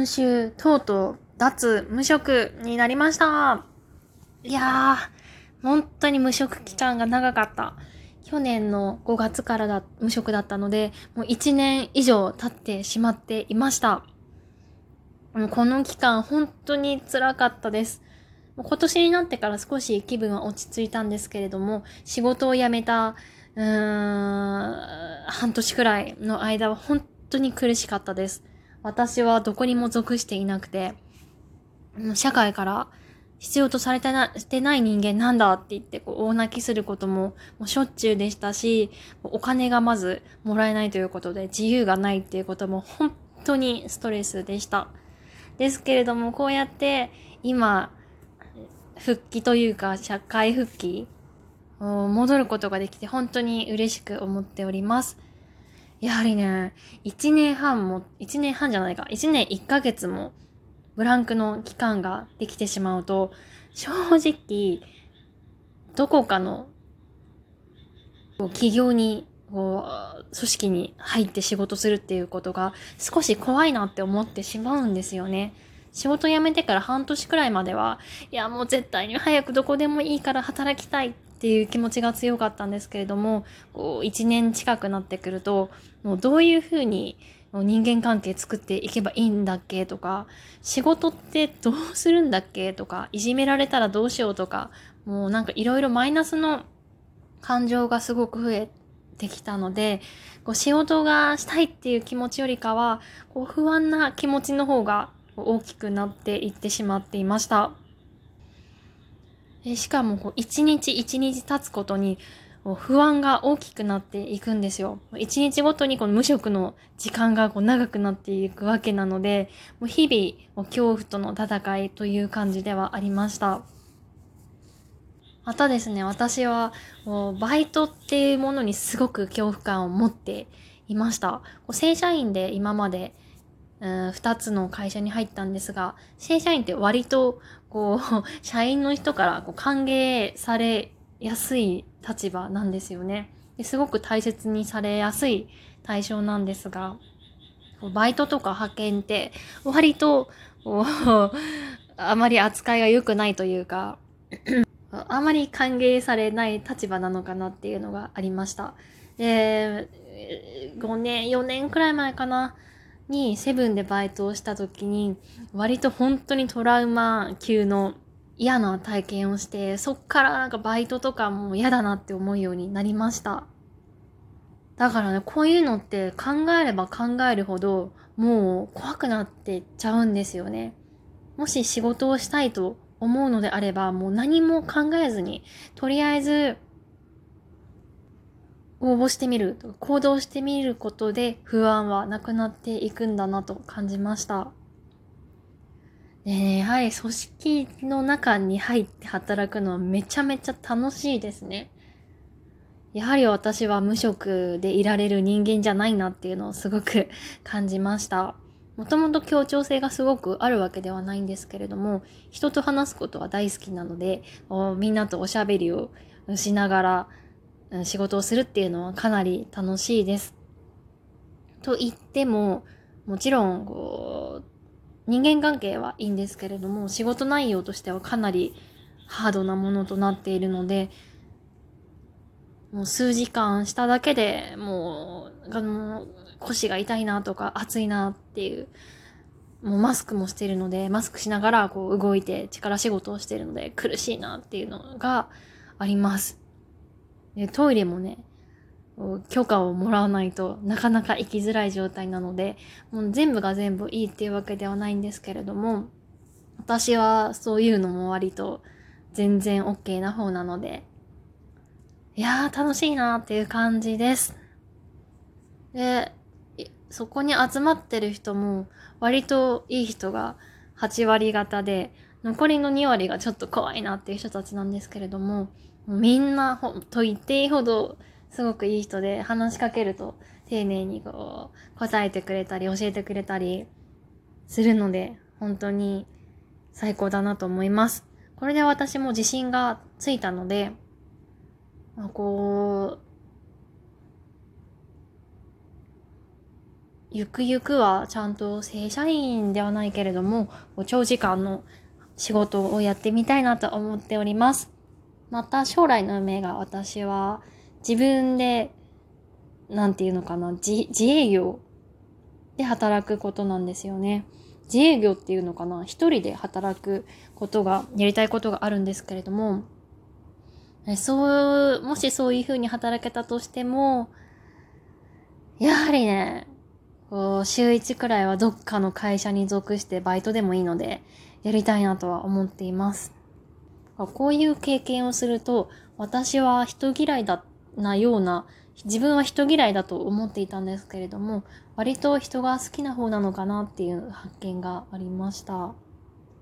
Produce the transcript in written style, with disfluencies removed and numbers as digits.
今週とうとう脱無職になりました。いや本当に無職期間が長かった。去年の5月から無職だったので、もう1年以上経ってしまっていました。もうこの期間本当に辛かったです。今年になってから少し気分は落ち着いたんですけれども、仕事を辞めた、半年くらいの間は本当に苦しかったです。私はどこにも属していなくて、社会から必要とされてない人間なんだって言って大泣きすることもしょっちゅうでしたし、お金がまずもらえないということで自由がないっていうことも本当にストレスでした。ですけれども、こうやって今復帰というか社会復帰戻ることができて本当に嬉しく思っております。やはりね、1年半じゃないか、1年1ヶ月もブランクの期間ができてしまうと、正直、どこかの企業に、組織に入って仕事するっていうことが少し怖いなって思ってしまうんですよね。仕事辞めてから半年くらいまでは、いやもう絶対に早くどこでもいいから働きたいっていう気持ちが強かったんですけれども、1年近くなってくると、もうどういうふうに人間関係作っていけばいいんだっけとか、仕事ってどうするんだっけとか、いじめられたらどうしようとか、もうなんかいろいろマイナスの感情がすごく増えてきたので、仕事がしたいっていう気持ちよりかは、不安な気持ちの方が大きくなっていってしまっていました。しかも一日一日経つことに不安が大きくなっていくんですよ。一日ごとにこの無職の時間が長くなっていくわけなので、もう日々恐怖との戦いという感じではありました。またですね、私はバイトっていうものにすごく恐怖感を持っていました。正社員で今まで2つの会社に入ったんですが、正社員って割と社員の人から歓迎されやすい立場なんですよね。すごく大切にされやすい対象なんですが、バイトとか派遣って割とあまり扱いが良くないというか、あまり歓迎されない立場なのかなっていうのがありました。で、5年、4年くらい前かなにセブンでバイトをした時に割と本当にトラウマ級の嫌な体験をして、そっからなんかバイトとかも嫌だなって思うようになりました。だからね、こういうのって考えれば考えるほどもう怖くなってっちゃうんですよね。もし仕事をしたいと思うのであれば、もう何も考えずに、とりあえず応募してみる、行動してみることで不安はなくなっていくんだなと感じました。でね、やはり組織の中に入って働くのはめちゃめちゃ楽しいですね。やはり私は無職でいられる人間じゃないなっていうのをすごく感じました。もともと協調性がすごくあるわけではないんですけれども、人と話すことは大好きなので、みんなとおしゃべりをしながら仕事をするっていうのはかなり楽しいです。と言っても、もちろん人間関係はいいんですけれども、仕事内容としてはかなりハードなものとなっているので、もう数時間しただけでもう、腰が痛いなとか暑いなっていう、もうマスクもしているので、マスクしながら動いて力仕事をしているので苦しいなっていうのがあります。で、トイレもね、許可をもらわないとなかなか行きづらい状態なので、もう全部が全部いいっていうわけではないんですけれども、私はそういうのも割と全然 OK な方なので、いやー楽しいなーっていう感じです。で、そこに集まってる人も割といい人が8割方で、残りの2割がちょっと怖いなっていう人たちなんですけれども、みんなと言っていいほどすごくいい人で、話しかけると丁寧に答えてくれたり教えてくれたりするので、本当に最高だなと思います。これで私も自信がついたので、 ゆくゆくはちゃんと正社員ではないけれども、長時間の仕事をやってみたいなと思っております。また将来の夢が私は自分で、なんていうのかな、自営業で働くことなんですよね。自営業っていうのかな、一人で働くことが、やりたいことがあるんですけれども、もしそういう風に働けたとしても、やはりね、週1くらいはどっかの会社に属してバイトでもいいので、やりたいなとは思っています。こういう経験をすると、私は人嫌いなような、自分は人嫌いだと思っていたんですけれども、割と人が好きな方なのかなっていう発見がありました。